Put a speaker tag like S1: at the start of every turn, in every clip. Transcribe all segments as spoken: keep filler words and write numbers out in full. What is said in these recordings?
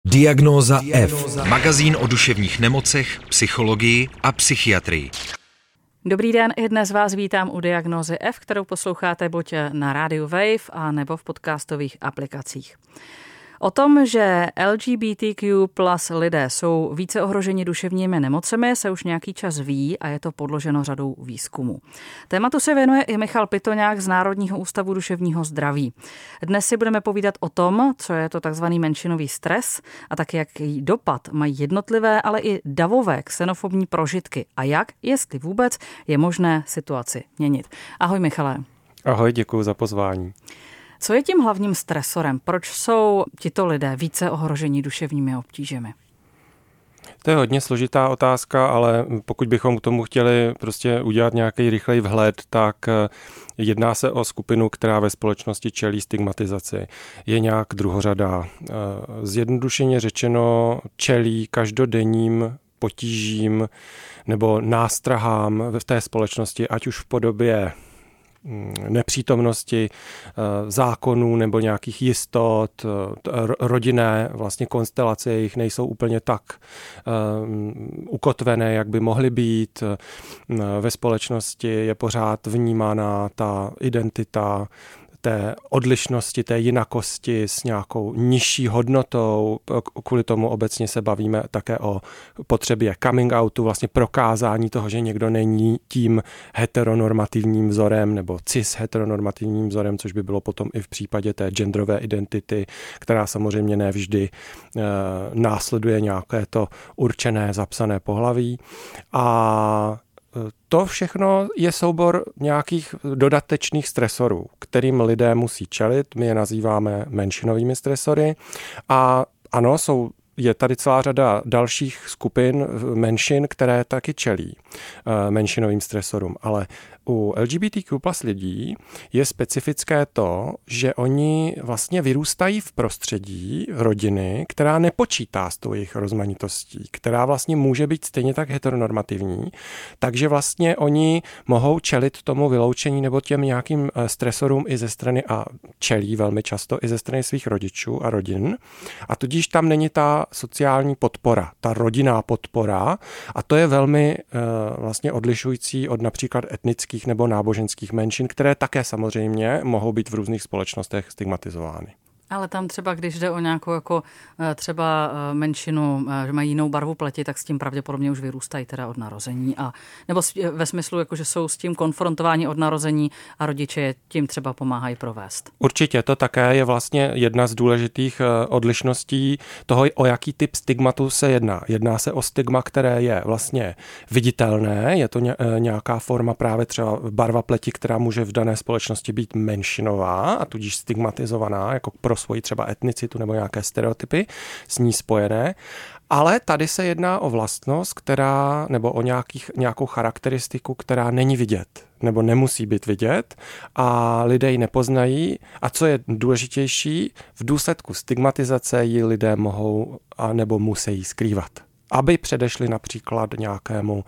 S1: Diagnóza F.
S2: Magazín o duševních nemocech, psychologii a psychiatrii.
S3: Dobrý den, i dnes vás vítám u Diagnózy F, kterou posloucháte buď na rádiu Wave, a nebo v podcastových aplikacích. O tom, že L G B T Q plus lidé jsou více ohroženi duševními nemocemi, se už nějaký čas ví a je to podloženo řadou výzkumů. Tématu se věnuje i Michal Pitoňák z Národního ústavu duševního zdraví. Dnes si budeme povídat o tom, co je to takzvaný menšinový stres a taky jaký dopad mají jednotlivé, ale i davové xenofobní prožitky a jak, jestli vůbec, je možné situaci měnit. Ahoj Michale.
S4: Ahoj, děkuji za pozvání.
S3: Co je tím hlavním stresorem? Proč jsou tito lidé více ohroženi duševními obtížemi?
S4: To je hodně složitá otázka, ale pokud bychom k tomu chtěli prostě udělat nějaký rychlej vhled, tak jedná se o skupinu, která ve společnosti čelí stigmatizaci. Je nějak druhořadá. Zjednodušeně řečeno čelí každodenním potížím nebo nástrahám v té společnosti, ať už v podobě nepřítomnosti zákonů nebo nějakých jistot, rodinné vlastně konstelace jejich nejsou úplně tak ukotvené, jak by mohly být. Ve společnosti je pořád vnímána ta identita té odlišnosti, té jinakosti s nějakou nižší hodnotou. Kvůli tomu obecně se bavíme také o potřebě coming outu, vlastně prokázání toho, že někdo není tím heteronormativním vzorem nebo cis heteronormativním vzorem, což by bylo potom i v případě té genderové identity, která samozřejmě nevždy e, následuje nějaké to určené zapsané pohlaví. A to všechno je soubor nějakých dodatečných stresorů, kterým lidé musí čelit. My je nazýváme menšinovými stresory. A ano, jsou, je tady celá řada dalších skupin menšin, které taky čelí menšinovým stresorům. Ale u L G B T Q plus lidí je specifické to, že oni vlastně vyrůstají v prostředí rodiny, která nepočítá s tou jejich rozmanitostí, která vlastně může být stejně tak heteronormativní, takže vlastně oni mohou čelit tomu vyloučení nebo těm nějakým stresorům i ze strany a čelí velmi často i ze strany svých rodičů a rodin. A tudíž tam není ta sociální podpora, ta rodinná podpora, a to je velmi uh, vlastně odlišující od například etnických nebo náboženských menšin, které také samozřejmě mohou být v různých společnostech stigmatizovány.
S3: Ale tam třeba, když jde o nějakou jako třeba menšinu, že mají jinou barvu pleti, tak s tím pravděpodobně už vyrůstají teda od narození. A, nebo ve smyslu, jako, že jsou s tím konfrontováni od narození a rodiče je tím třeba pomáhají provést. Určitě,
S4: to také je vlastně jedna z důležitých odlišností toho, o jaký typ stigmatu se jedná. Jedná se o stigma, které je vlastně viditelné, je to nějaká forma právě třeba barva pleti, která může v dané společnosti být menšinová a tudíž stigmatizovaná jako pro svoji třeba etnicitu nebo nějaké stereotypy s ní spojené. Ale tady se jedná o vlastnost, která, nebo o nějakých, nějakou charakteristiku, která není vidět, nebo nemusí být vidět a lidé ji nepoznají. A co je důležitější, v důsledku stigmatizace ji lidé mohou a nebo musí skrývat, aby předešli například nějakému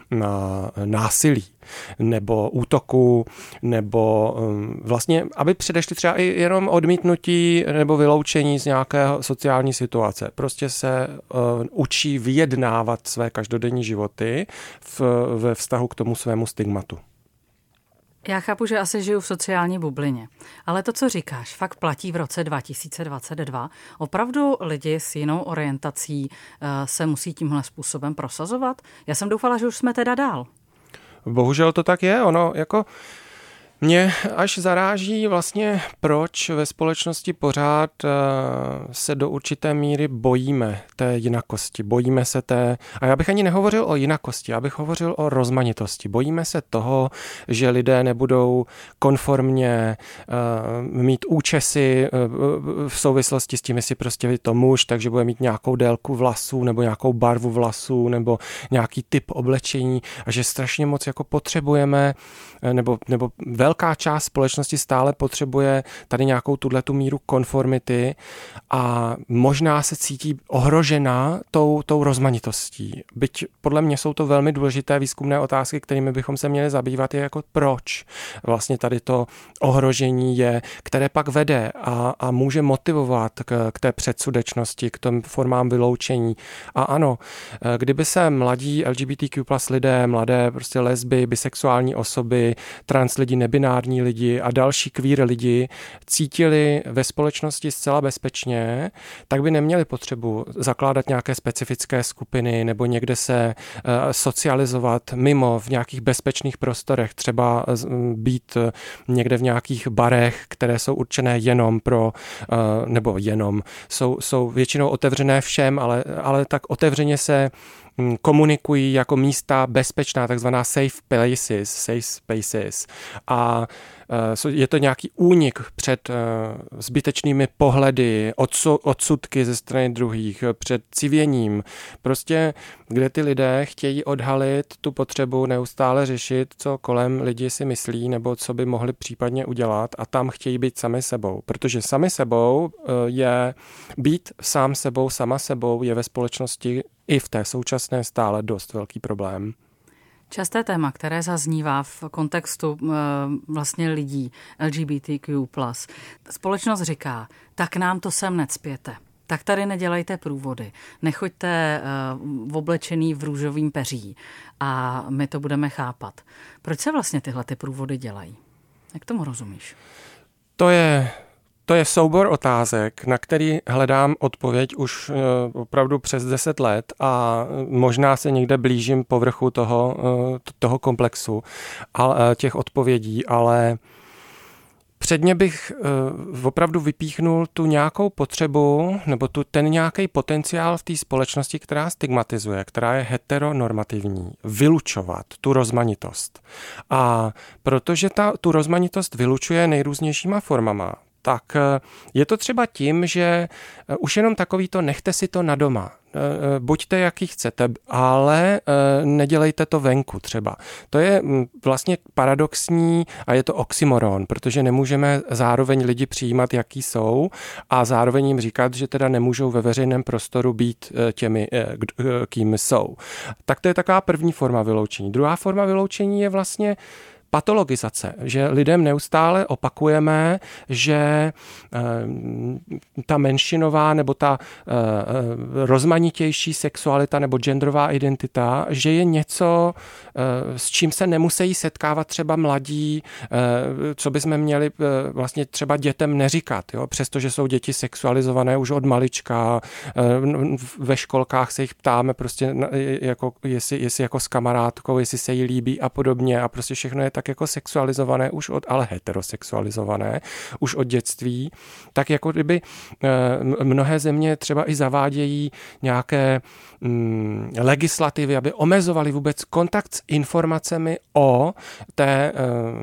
S4: násilí nebo útoku, nebo vlastně, aby předešli třeba i jenom odmítnutí nebo vyloučení z nějaké sociální situace. Prostě se uh, učí vyjednávat své každodenní životy v, ve vztahu k tomu svému stigmatu.
S3: Já chápu, že asi žiju v sociální bublině, ale to, co říkáš, fakt platí v roce dva tisíce dvacet dva. Opravdu lidi s jinou orientací se musí tímhle způsobem prosazovat? Já jsem doufala, že už jsme teda dál.
S4: Bohužel to tak je, ono jako mě až zaráží vlastně, proč ve společnosti pořád se do určité míry bojíme té jinakosti. Bojíme se té, a já bych ani nehovořil o jinakosti, já bych hovořil o rozmanitosti. Bojíme se toho, že lidé nebudou konformně uh, mít účesy uh, v souvislosti s tím, jestli prostě je to muž, takže bude mít nějakou délku vlasů nebo nějakou barvu vlasů nebo nějaký typ oblečení a že strašně moc jako potřebujeme nebo, nebo velmi velká část společnosti stále potřebuje tady nějakou tuhletu míru konformity a možná se cítí ohrožená tou, tou rozmanitostí. Byť podle mě jsou to velmi důležité výzkumné otázky, kterými bychom se měli zabývat, je jako proč vlastně tady to ohrožení je, které pak vede a, a může motivovat k, k té předsudečnosti, k těm formám vyloučení. A ano, kdyby se mladí L G B T Q plus lidé, mladé prostě lesby, bisexuální osoby, trans lidi, nebinární lidi a další queer lidi cítili ve společnosti zcela bezpečně, tak by neměli potřebu zakládat nějaké specifické skupiny nebo někde se uh, socializovat mimo v nějakých bezpečných prostorech, třeba být někde v nějakých barech, které jsou určené jenom pro, uh, nebo jenom, jsou, jsou většinou otevřené všem, ale, ale tak otevřeně se komunikují jako místa bezpečná, takzvaná safe places, safe spaces. A je to nějaký únik před zbytečnými pohledy, odsudky ze strany druhých, před civěním. Prostě, kde ty lidé chtějí odhalit tu potřebu neustále řešit, co kolem lidi si myslí, nebo co by mohli případně udělat a tam chtějí být sami sebou. Protože sami sebou je být sám sebou, sama sebou je ve společnosti i v té současné stále dost velký problém.
S3: Časté téma, které zaznívá v kontextu e, vlastně lidí L G B T Q plus. Společnost říká, tak nám to sem necpěte. Tak tady nedělejte průvody. Nechoďte e, oblečený v růžovým peří a my to budeme chápat. Proč se vlastně tyhle ty průvody dělají? Jak tomu rozumíš?
S4: To je... To je soubor otázek, na který hledám odpověď už opravdu přes deset let a možná se někde blížím povrchu toho, toho komplexu těch odpovědí, ale předně bych opravdu vypíchnul tu nějakou potřebu nebo tu, ten nějaký potenciál v té společnosti, která stigmatizuje, která je heteronormativní, vylučovat tu rozmanitost. A protože ta, tu rozmanitost vylučuje nejrůznějšíma formama, tak je to třeba tím, že už jenom takový to nechte si to na doma. Buďte, jaký chcete, ale nedělejte to venku třeba. To je vlastně paradoxní a je to oxymoron, protože nemůžeme zároveň lidi přijímat, jaký jsou a zároveň jim říkat, že teda nemůžou ve veřejném prostoru být těmi, kým jsou. Tak to je taková první forma vyloučení. Druhá forma vyloučení je vlastně patologizace, že lidem neustále opakujeme, že e, ta menšinová nebo ta e, rozmanitější sexualita nebo genderová identita, že je něco, e, s čím se nemusí setkávat třeba mladí, e, co bychom měli e, vlastně třeba dětem neříkat, jo? Přestože jsou děti sexualizované už od malička, e, ve školkách se jich ptáme prostě, jako, jestli, jestli jako s kamarádkou, jestli se jí líbí a podobně a prostě všechno je tak jako sexualizované už od, ale heterosexualizované už od dětství, tak jako kdyby e, mnohé země třeba i zavádějí nějaké mm, legislativy, aby omezovaly vůbec kontakt s informacemi o té e,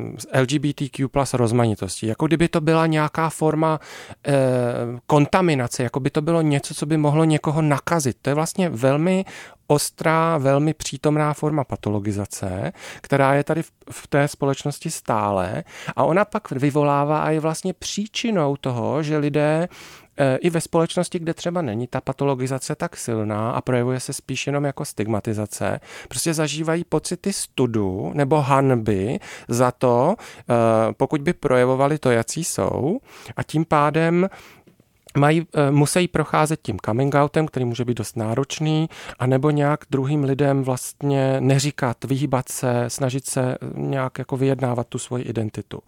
S4: L G B T Q plus rozmanitosti. Jako kdyby to byla nějaká forma e, kontaminace, jako by to bylo něco, co by mohlo někoho nakazit. To je vlastně velmi ostrá, velmi přítomná forma patologizace, která je tady v, v té společnosti stále a ona pak vyvolává a je vlastně příčinou toho, že lidé e, i ve společnosti, kde třeba není ta patologizace tak silná a projevuje se spíš jenom jako stigmatizace, prostě zažívají pocity studu nebo hanby za to, e, pokud by projevovali to, jací jsou a tím pádem Mají, musí procházet tím coming outem, který může být dost náročný, anebo nějak druhým lidem vlastně neříkat, vyhýbat se, snažit se nějak jako vyjednávat tu svoji identitu.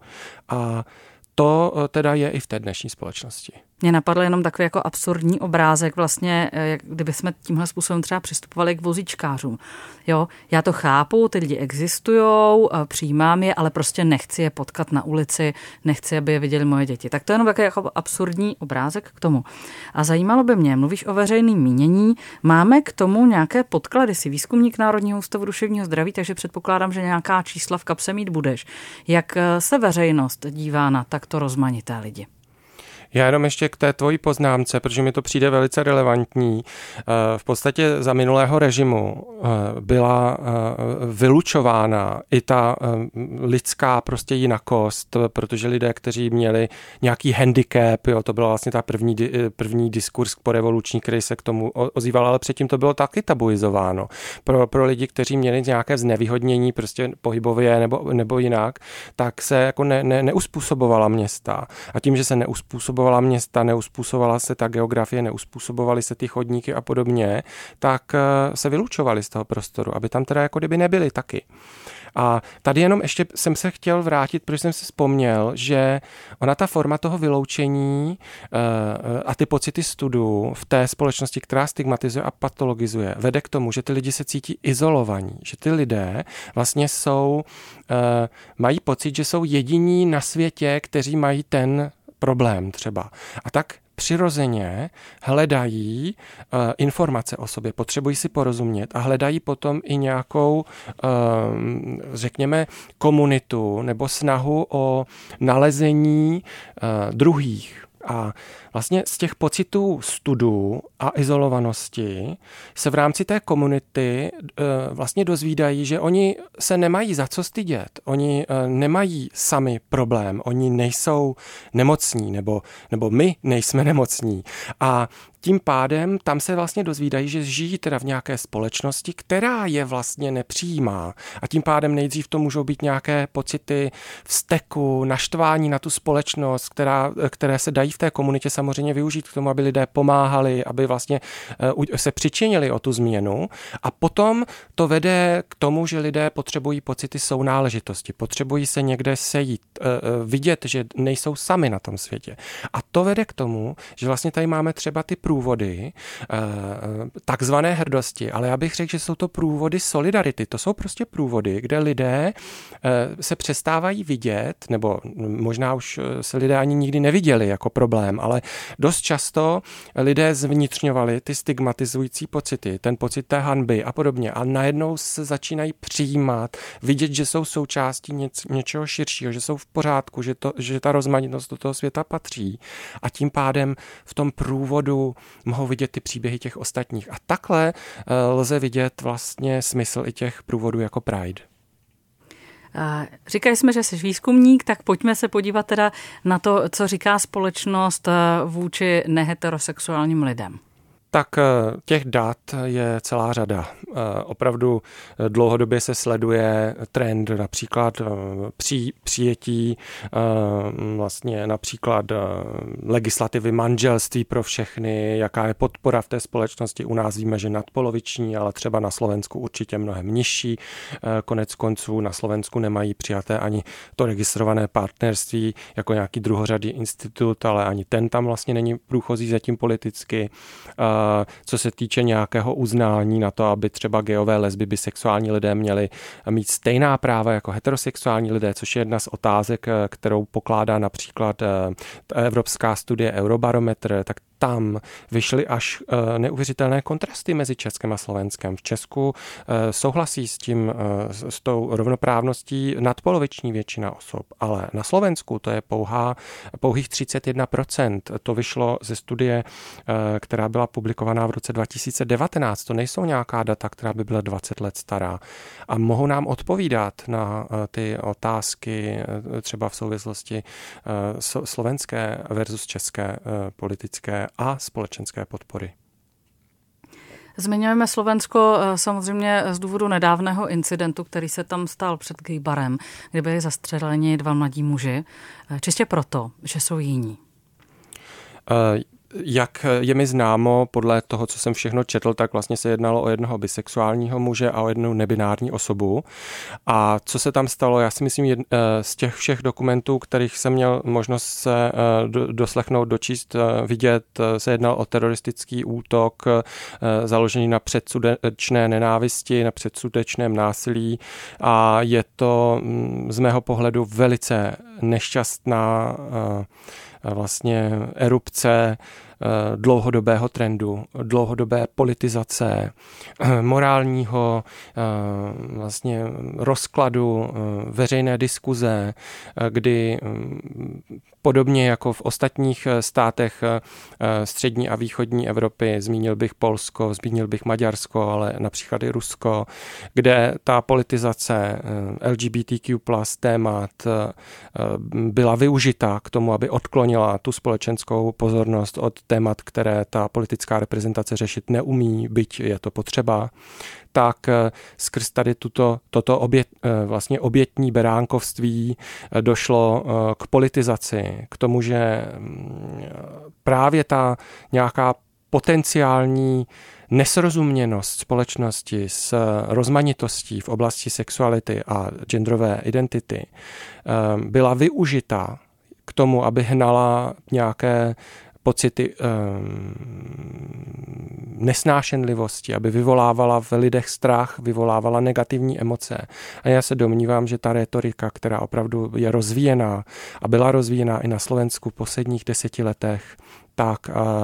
S4: A to teda je i v té dnešní společnosti.
S3: Mě napadl jenom takový jako absurdní obrázek vlastně, jak kdyby jsme tímhle způsobem třeba přistupovali k vozíčkářům. Jo, já to chápu, ty lidi existujou, přijímám je, ale prostě nechci je potkat na ulici, nechci, aby je viděli moje děti. Tak to je jenom takový jako absurdní obrázek k tomu. A zajímalo by mě, mluvíš o veřejném mínění, máme k tomu nějaké podklady, jsi výzkumník Národního ústavu duševního zdraví, takže předpokládám, že nějaká čísla v kapse mít budeš. Jak se veřejnost dívá na takto rozmanité lidi?
S4: Já jenom ještě k té tvojí poznámce, protože mi to přijde velice relevantní. V podstatě za minulého režimu byla vylučována i ta lidská prostě jinakost, protože lidé, kteří měli nějaký handicap, jo, to byla vlastně ta první, první diskurs porevoluční, který se k tomu ozýval, ale předtím to bylo taky tabuizováno. Pro, pro lidi, kteří měli nějaké znevýhodnění prostě pohybově nebo, nebo jinak, tak se jako ne, ne, neuspůsobovala města. A tím, že se neuspůsobovala města, neuspůsobovala se ta geografie, neuspůsobovaly se ty chodníky a podobně, tak se vylučovali z toho prostoru, aby tam teda jako kdyby nebyli taky. A tady jenom ještě jsem se chtěl vrátit, protože jsem si vzpomněl, že ona ta forma toho vyloučení a ty pocity studu v té společnosti, která stigmatizuje a patologizuje, vede k tomu, že ty lidi se cítí izolovaní, že ty lidé vlastně jsou, mají pocit, že jsou jediní na světě, kteří mají ten problém třeba. A tak přirozeně hledají uh, informace o sobě, potřebují si porozumět a hledají potom i nějakou, uh, řekněme, komunitu nebo snahu o nalezení uh, druhých. A vlastně z těch pocitů studu a izolovanosti se v rámci té komunity e, vlastně dozvídají, že oni se nemají za co stydět. Oni e, nemají sami problém, oni nejsou nemocní, nebo, nebo my nejsme nemocní. A tím pádem tam se vlastně dozvídají, že žijí teda v nějaké společnosti, která je vlastně nepřijímá. A tím pádem nejdřív to můžou být nějaké pocity vzteku, naštvání na tu společnost, která, které se dají v té komunitě samozřejmě využít k tomu, aby lidé pomáhali, aby vlastně se přičinili o tu změnu. A potom to vede k tomu, že lidé potřebují pocity sounáležitosti, potřebují se někde sejít, vidět, že nejsou sami na tom světě. A to vede k tomu, že vlastně tady máme třeba ty průvody, takzvané hrdosti, ale já bych řekl, že jsou to průvody solidarity. To jsou prostě průvody, kde lidé se přestávají vidět, nebo možná už se lidé ani nikdy neviděli jako problém, ale dost často lidé zvnitřňovali ty stigmatizující pocity, ten pocit té hanby a podobně a najednou se začínají přijímat, vidět, že jsou součástí něč, něčeho širšího, že jsou v pořádku, že, to, že ta rozmanitost do toho světa patří a tím pádem v tom průvodu mohou vidět ty příběhy těch ostatních. A takhle lze vidět vlastně smysl i těch průvodů jako Pride.
S3: Říkali jsme, že jsi výzkumník, tak pojďme se podívat teda na to, co říká společnost vůči neheterosexuálním lidem.
S4: Tak těch dat je celá řada. Opravdu dlouhodobě se sleduje trend například při, přijetí vlastně například legislativy manželství pro všechny, jaká je podpora v té společnosti. U nás víme, že nadpoloviční, ale třeba na Slovensku určitě mnohem nižší. Konec konců na Slovensku nemají přijaté ani to registrované partnerství jako nějaký druhořadý institut, ale ani ten tam vlastně není průchozí zatím politicky. Co se týče nějakého uznání na to, aby třeba gejové, lesby, bisexuální lidé měli mít stejná práva jako heterosexuální lidé, což je jedna z otázek, kterou pokládá například evropská studie Eurobarometr, tak tam vyšly až neuvěřitelné kontrasty mezi Českem a Slovenskem. V Česku souhlasí s tím, s tou rovnoprávností nadpoloviční většina osob, ale na Slovensku to je pouhá, pouhých třicet jedna procent. To vyšlo ze studie, která byla publikovaná v roce dva tisíce devatenáct. To nejsou nějaká data, která by byla dvacet let stará. A mohou nám odpovídat na ty otázky třeba v souvislosti slovenské versus české politické a společenské podpory.
S3: Zmiňujeme Slovensko samozřejmě z důvodu nedávného incidentu, který se tam stal před gaybarem, kde byli zastřeleni dva mladí muži, čistě proto, že jsou jiní.
S4: Uh, Jak je mi známo, podle toho, co jsem všechno četl, tak vlastně se jednalo o jednoho bisexuálního muže a o jednu nebinární osobu. A co se tam stalo, já si myslím, z těch všech dokumentů, kterých jsem měl možnost se doslechnout, dočíst, vidět, se jednal o teroristický útok založený na předsudečné nenávisti, na předsudečném násilí a je to z mého pohledu velice nešťastná vlastně erupce dlouhodobého trendu, dlouhodobé politizace, morálního vlastně rozkladu veřejné diskuze, kdy podobně jako v ostatních státech střední a východní Evropy, zmínil bych Polsko, zmínil bych Maďarsko, ale například i Rusko, kde ta politizace L G B T Q plus témat byla využita k tomu, aby odklonila tu společenskou pozornost od témat, které ta politická reprezentace řešit neumí, byť je to potřeba, tak skrz tady tuto, toto obět, vlastně obětní beránkovství došlo k politizaci, k tomu, že právě ta nějaká potenciální nesrozuměnost společnosti s rozmanitostí v oblasti sexuality a genderové identity byla využita k tomu, aby hnala nějaké pocity um, nesnášenlivosti, aby vyvolávala v lidech strach, vyvolávala negativní emoce. A já se domnívám, že ta rétorika, která opravdu je rozvíjená a byla rozvíjená i na Slovensku v posledních deseti letech, tak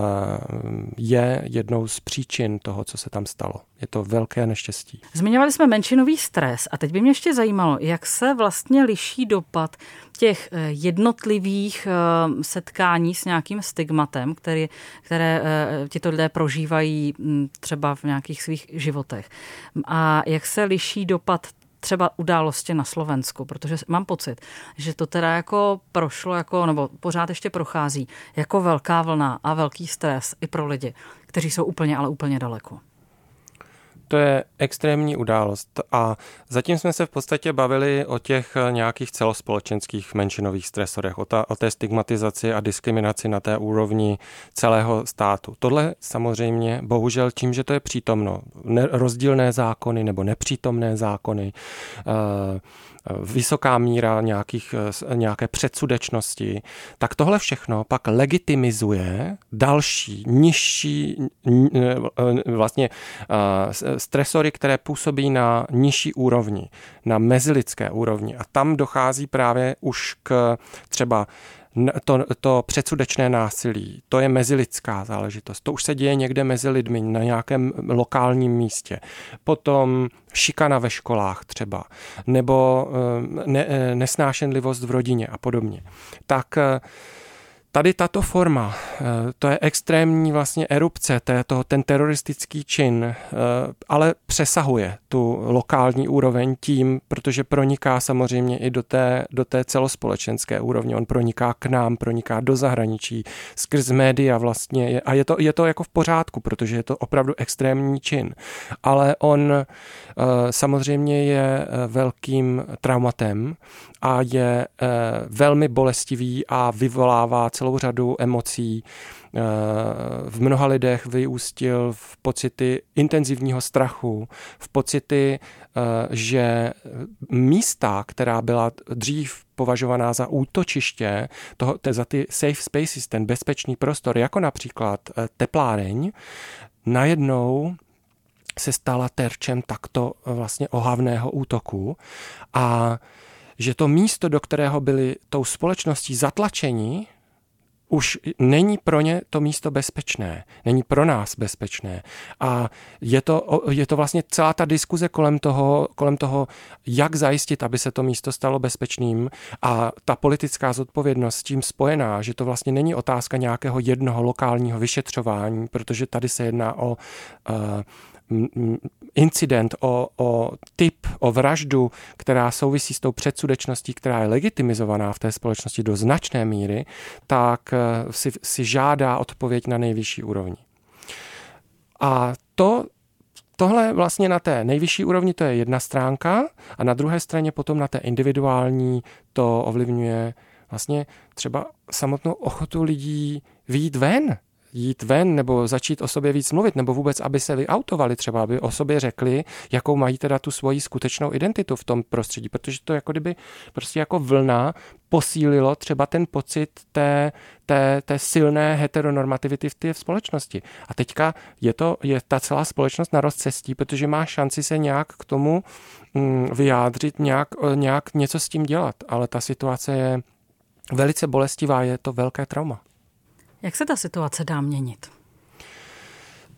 S4: je jednou z příčin toho, co se tam stalo. Je to velké neštěstí.
S3: Zmiňovali jsme menšinový stres a teď by mě ještě zajímalo, jak se vlastně liší dopad těch jednotlivých setkání s nějakým stigmatem, který, které tito lidé prožívají třeba v nějakých svých životech. A jak se liší dopad třeba události na Slovensku, protože mám pocit, že to teda jako prošlo, jako, nebo pořád ještě prochází jako velká vlna a velký stres i pro lidi, kteří jsou úplně, ale úplně daleko.
S4: To je extrémní událost a zatím jsme se v podstatě bavili o těch nějakých celospolečenských menšinových stresorech, o, ta, o té stigmatizaci a diskriminaci na té úrovni celého státu. Tohle samozřejmě, bohužel tím, že to je přítomno, ne, rozdílné zákony nebo nepřítomné zákony, uh, vysoká míra nějakých, nějaké předsudečnosti, tak tohle všechno pak legitimizuje další, nižší vlastně stresory, které působí na nižší úrovni, na mezilidské úrovni. A tam dochází právě už k třeba To, to předsudečné násilí, to je mezilidská záležitost. To už se děje někde mezi lidmi na nějakém lokálním místě. Potom šikana ve školách třeba, nebo ne, nesnášenlivost v rodině a podobně. Tak tady tato forma, to je extrémní vlastně erupce, této, ten teroristický čin, ale přesahuje tu lokální úroveň tím, protože proniká samozřejmě i do té, do té celospolečenské úrovně. On proniká k nám, proniká do zahraničí, skrz média vlastně. A je to, je to jako v pořádku, protože je to opravdu extrémní čin. Ale on samozřejmě je velkým traumatem a je velmi bolestivý a vyvolává celou řadu emocí. V mnoha lidech vyústil v pocity intenzivního strachu, v pocity, že místa, která byla dřív považovaná za útočiště, toho, za ty safe spaces, ten bezpečný prostor, jako například tepláreň, najednou se stala terčem takto vlastně ohavného útoku a že to místo, do kterého byli tou společností zatlačeni, už není pro ně to místo bezpečné, není pro nás bezpečné. A je to, je to vlastně celá ta diskuze kolem toho, kolem toho, jak zajistit, aby se to místo stalo bezpečným a ta politická zodpovědnost s tím spojená, že to vlastně není otázka nějakého jednoho lokálního vyšetřování, protože tady se jedná o uh, incident, o, o typ, o vraždu, která souvisí s tou předsudečností, která je legitimizovaná v té společnosti do značné míry, tak si, si žádá odpověď na nejvyšší úrovni. A to, tohle vlastně na té nejvyšší úrovni to je jedna stránka a na druhé straně potom na té individuální to ovlivňuje vlastně třeba samotnou ochotu lidí vyjít ven, jít ven nebo začít o sobě víc mluvit, nebo vůbec, aby se vyautovali třeba, aby o sobě řekli, jakou mají teda tu svoji skutečnou identitu v tom prostředí, protože to jako kdyby prostě jako vlna posílilo třeba ten pocit té, té, té silné heteronormativity v té společnosti. A teďka je to, je ta celá společnost na rozcestí, protože má šanci se nějak k tomu mm, vyjádřit, nějak, nějak něco s tím dělat, ale ta situace je velice bolestivá, je to velké trauma.
S3: Jak se ta situace dá měnit?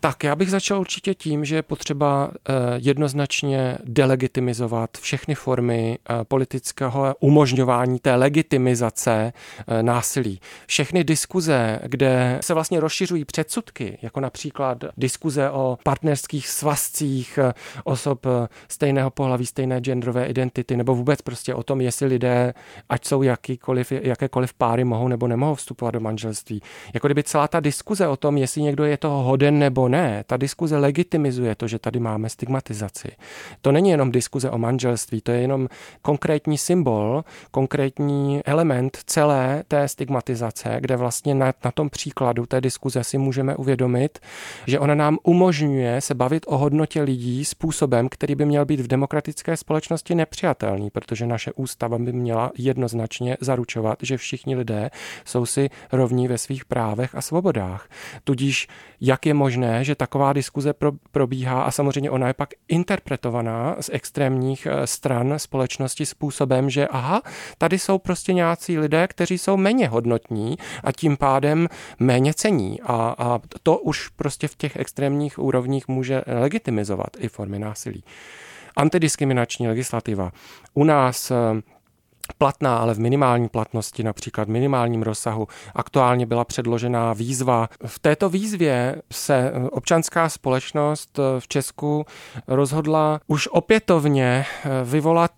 S4: Tak já bych začal určitě tím, že je potřeba jednoznačně delegitimizovat všechny formy politického umožňování té legitimizace násilí. Všechny diskuze, kde se vlastně rozšiřují předsudky, jako například diskuze o partnerských svazcích osob stejného pohlaví, stejné genderové identity, nebo vůbec prostě o tom, jestli lidé, ať jsou jakýkoliv, jakékoliv páry, mohou nebo nemohou vstupovat do manželství. Jako kdyby celá ta diskuze o tom, jestli někdo je toho hoden nebo ne, ta diskuze legitimizuje to, že tady máme stigmatizaci. To není jenom diskuze o manželství, to je jenom konkrétní symbol, konkrétní element celé té stigmatizace, kde vlastně na, na tom příkladu té diskuze si můžeme uvědomit, že ona nám umožňuje se bavit o hodnotě lidí způsobem, který by měl být v demokratické společnosti nepřijatelný, protože naše ústava by měla jednoznačně zaručovat, že všichni lidé jsou si rovní ve svých právech a svobodách. Tudíž jak je možné, že taková diskuze pro, probíhá a samozřejmě ona je pak interpretovaná z extrémních stran společnosti způsobem, že aha, tady jsou prostě nějací lidé, kteří jsou méně hodnotní a tím pádem méně cení a, a to už prostě v těch extrémních úrovních může legitimizovat i formy násilí. Antidiskriminační legislativa. U nás platná, ale v minimální platnosti, například v minimálním rozsahu. Aktuálně byla předložená výzva. V této výzvě se občanská společnost v Česku rozhodla už opětovně vyvolat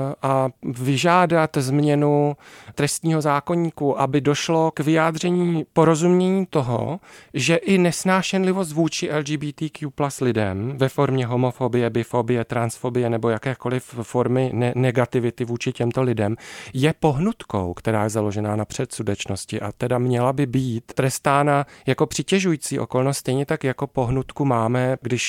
S4: a vyžádat změnu trestního zákoníku, aby došlo k vyjádření porozumění toho, že i nesnášenlivost vůči L G B T Q plus lidem ve formě homofobie, bifobie, transfobie nebo jakékoliv formy ne- negativity vůči těmto lidem je pohnutkou, která je založená na předsudečnosti a teda měla by být trestána jako přitěžující okolnost, stejně tak jako pohnutku máme, když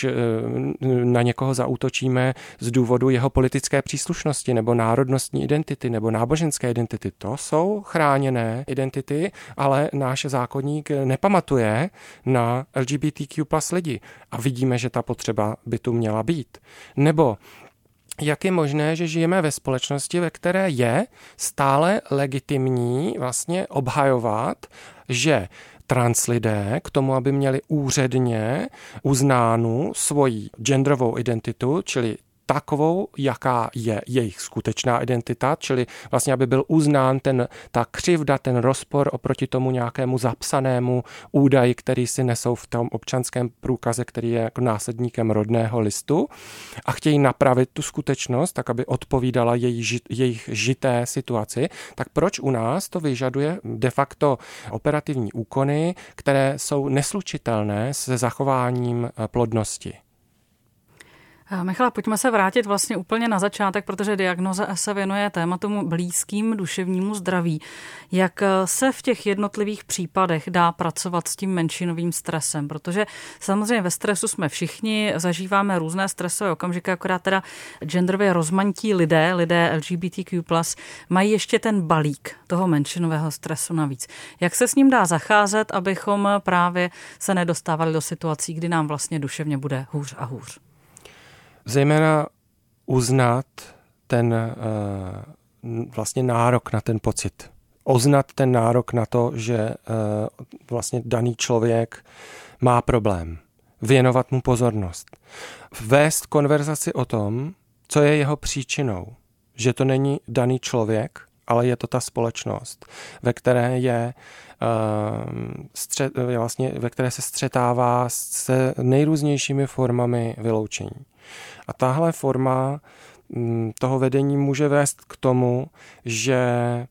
S4: na někoho zaútočíme z důvodu jeho politické příslušnosti nebo národnostní identity nebo náboženské identity. To jsou chráněné identity, ale náš zákoník nepamatuje na L G B T Q plus lidi a vidíme, že ta potřeba by tu měla být. Nebo jak je možné, že žijeme ve společnosti, ve které je stále legitimní vlastně obhajovat, že trans lidé k tomu, aby měli úředně uznánu svoji genderovou identitu, čili takovou, jaká je jejich skutečná identita, čili vlastně, aby byl uznán ten, ta křivda, ten rozpor oproti tomu nějakému zapsanému údaji, který si nesou v tom občanském průkaze, který je jako následníkem rodného listu a chtějí napravit tu skutečnost, tak aby odpovídala její, jejich žité situaci, tak proč u nás to vyžaduje de facto operativní úkony, které jsou neslučitelné se zachováním plodnosti?
S3: Michala, pojďme se vrátit vlastně úplně na začátek, protože Diagnoza se věnuje tématu blízkým duševnímu zdraví. Jak se v těch jednotlivých případech dá pracovat s tím menšinovým stresem? Protože samozřejmě ve stresu jsme všichni, zažíváme různé stresové okamžiky, akorát teda genderově rozmanití lidé, lidé L G B T Q plus, mají ještě ten balík toho menšinového stresu navíc. Jak se s ním dá zacházet, abychom právě se nedostávali do situací, kdy nám vlastně duševně bude hůř a hůř?
S4: Zejména uznat ten uh, vlastně nárok na ten pocit. Uznat ten nárok na to, že uh, vlastně daný člověk má problém. Věnovat mu pozornost. Vést konverzaci o tom, co je jeho příčinou. Že to není daný člověk, ale je to ta společnost, ve které je uh, střet, vlastně, ve které se střetává se nejrůznějšími formami vyloučení. A tahle forma toho vedení může vést k tomu, že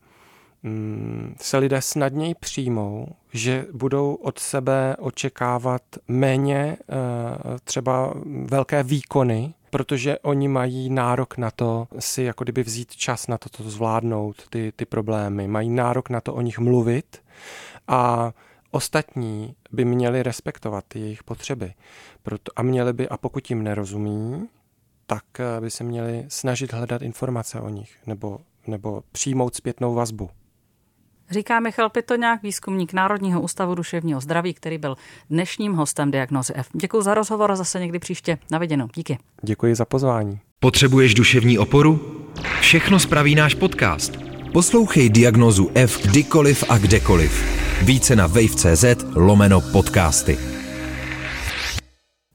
S4: se lidé snadněji přijmou, že budou od sebe očekávat méně třeba velké výkony, protože oni mají nárok na to si jako kdyby vzít čas na to, to zvládnout, ty, ty problémy. Mají nárok na to o nich mluvit a ostatní by měli respektovat jejich potřeby. Proto, a měli by, a pokud jim nerozumí, tak by se měli snažit hledat informace o nich nebo, nebo přijmout zpětnou vazbu.
S3: Říká Michal Pitoňák, výzkumník Národního ústavu duševního zdraví, který byl dnešním hostem Diagnozy F. Děkuji za rozhovor a zase někdy příště. Na viděnou. Díky.
S4: Děkuji za pozvání.
S2: Potřebuješ duševní oporu? Všechno spraví náš podcast. Poslouchej Diagnózu F kdykoliv a kdekoliv. Více na wave tečka cz lomeno podcasty.